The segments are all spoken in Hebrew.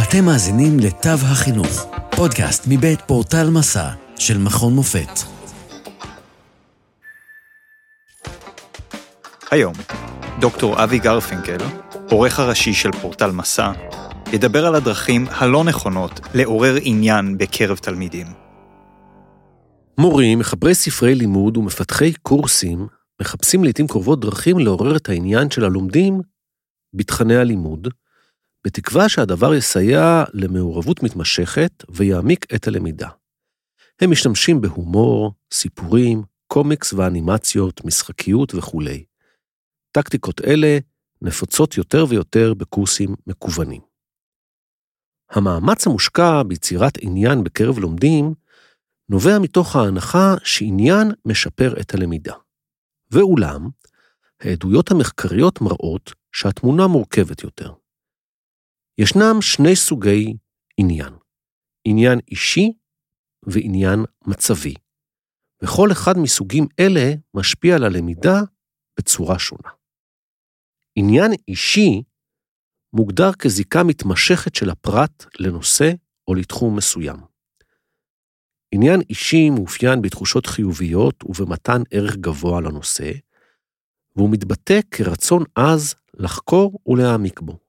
אתם מאזינים לתו החינוך, פודקאסט מבית פורטל מסע של מכון מופת. היום, דוקטור אבי גרפינקל, עורך הראשי של פורטל מסע, ידבר על הדרכים הלא נכונות לעורר עניין בקרב תלמידים. מורים, מחברי ספרי לימוד ומפתחי קורסים מחפשים לעתים קרובות דרכים לעורר את העניין של הלומדים בתכני הלימוד, בתקווה שהדבר יסייע למעורבות מתמשכת ויעמיק את הלמידה. הם משתמשים בהומור, סיפורים, קומיקס ואנימציות, משחקיות וכו'. טקטיקות אלה נפוצות יותר ויותר בקורסים מקוונים. המאמץ המושקע ביצירת עניין בקרב לומדים נובע מתוך ההנחה שעניין משפר את הלמידה. ואולם, העדויות המחקריות מראות שהתמונה מורכבת יותר. ישנם שני סוגי עניין, עניין אישי ועניין מצבי, וכל אחד מסוגים אלה משפיע על הלמידה בצורה שונה. עניין אישי מוגדר כזיקה מתמשכת של הפרט לנושא או לתחום מסוים. עניין אישי מאופיין בתחושות חיוביות ובמתן ערך גבוה לנושא, והוא מתבטא כרצון עז לחקור ולהעמיק בו.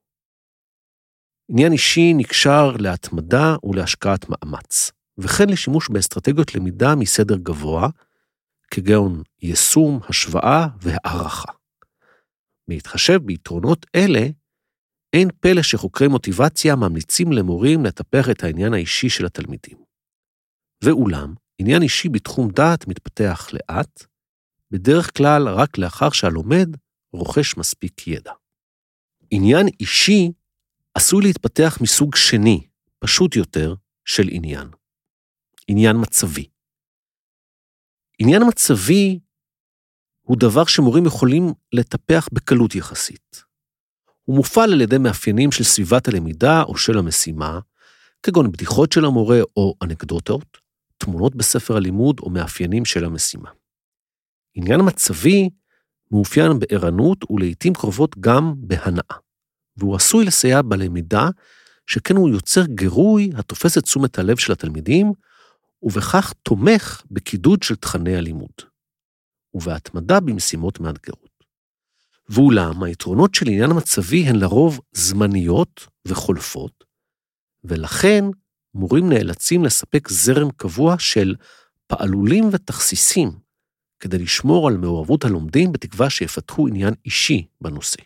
עניין אישי נקשר להתמדה ולהשקעת מאמץ, וכן לשימוש באסטרטגיות למידה מסדר גבוה, כגון יישום, השוואה והערכה. בהתחשב ביתרונות אלה, אין פלא שחוקרי מוטיבציה ממליצים למורים לטפח את העניין האישי של התלמידים. ואולם, עניין אישי בתחום דעת מתפתח לאט, בדרך כלל רק לאחר שהלומד רוכש מספיק ידע. עניין אישי עשוי להתפתח מסוג שני, פשוט יותר, של עניין. עניין מצבי. עניין מצבי הוא דבר שמורים יכולים לטפח בקלות יחסית. הוא מופעל על ידי מאפיינים של סביבת הלמידה או של המשימה, כגון בדיחות של המורה או אנקדוטות, תמונות בספר הלימוד או מאפיינים של המשימה. עניין מצבי מאופיין בערנות ולעיתים קרובות גם בהנאה, והוא עשוי לסייע בלמידה, שכן הוא יוצר גירוי התופס את תשומת הלב של התלמידים, ובכך תומך בקידוד של תכני הלימוד, ובהתמדה במשימות מאתגרות. ואולם, היתרונות של עניין מצבי הן לרוב זמניות וחולפות, ולכן מורים נאלצים לספק זרם קבוע של פעלולים ותכסיסים, כדי לשמור על מעורבות הלומדים בתקווה שיפתחו עניין אישי בנושא.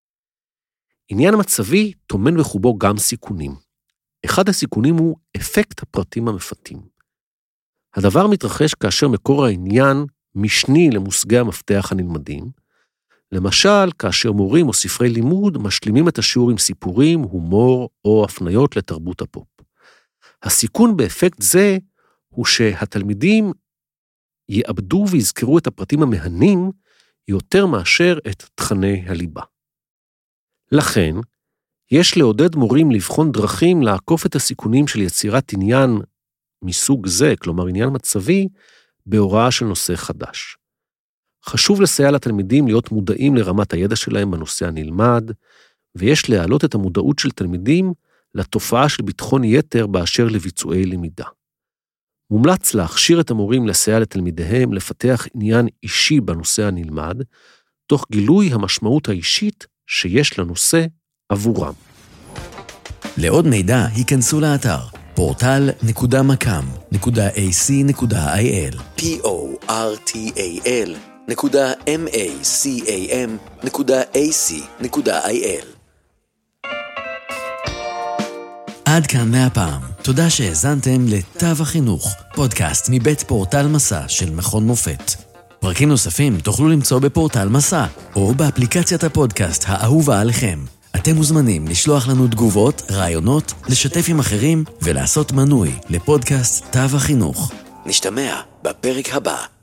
עניין מצבי טומן בחובו גם סיכונים. אחד הסיכונים הוא אפקט הפרטים המפתים. הדבר מתרחש כאשר מקור העניין משני למושגי המפתח הנלמדים, למשל כאשר מורים או ספרי לימוד משלימים את השיעור עם סיפורים, הומור או הפניות לתרבות הפופ. הסיכון באפקט זה הוא שהתלמידים יאבדו ויזכרו את הפרטים המהנים יותר מאשר את תכני הליבה. לכן, יש לעודד מורים לבחון דרכים לעקוף את הסיכונים של יצירת עניין מסוג זה, כלומר עניין מצבי, בהוראה של נושא חדש. חשוב לסייע לתלמידים להיות מודעים לרמת הידע שלהם בנושא הנלמד, ויש להעלות את המודעות של תלמידים לתופעה של ביטחון יתר באשר לביצועי למידה. מומלץ להכשיר את המורים לסייע לתלמידיהם לפתח עניין אישי בנושא הנלמד, תוך גילוי המשמעות האישית שיש לנושא עבורם. לעוד מידע היכנסו לאתר portal.macam.ac.il portal.macam.ac.il. עד כאן מהפעם. תודה שהאזנתם לתו החינוך, פודקאסט מבית פורטל מסע של מכון מופת. פרקים נוספים תוכלו למצוא בפורטל מסע, או באפליקציית הפודקאסט האהובה עליכם. אתם מוזמנים לשלוח לנו תגובות, רעיונות, לשתף עם אחרים, ולעשות מנוי לפודקאסט תו החינוך. נשתמע בפרק הבא.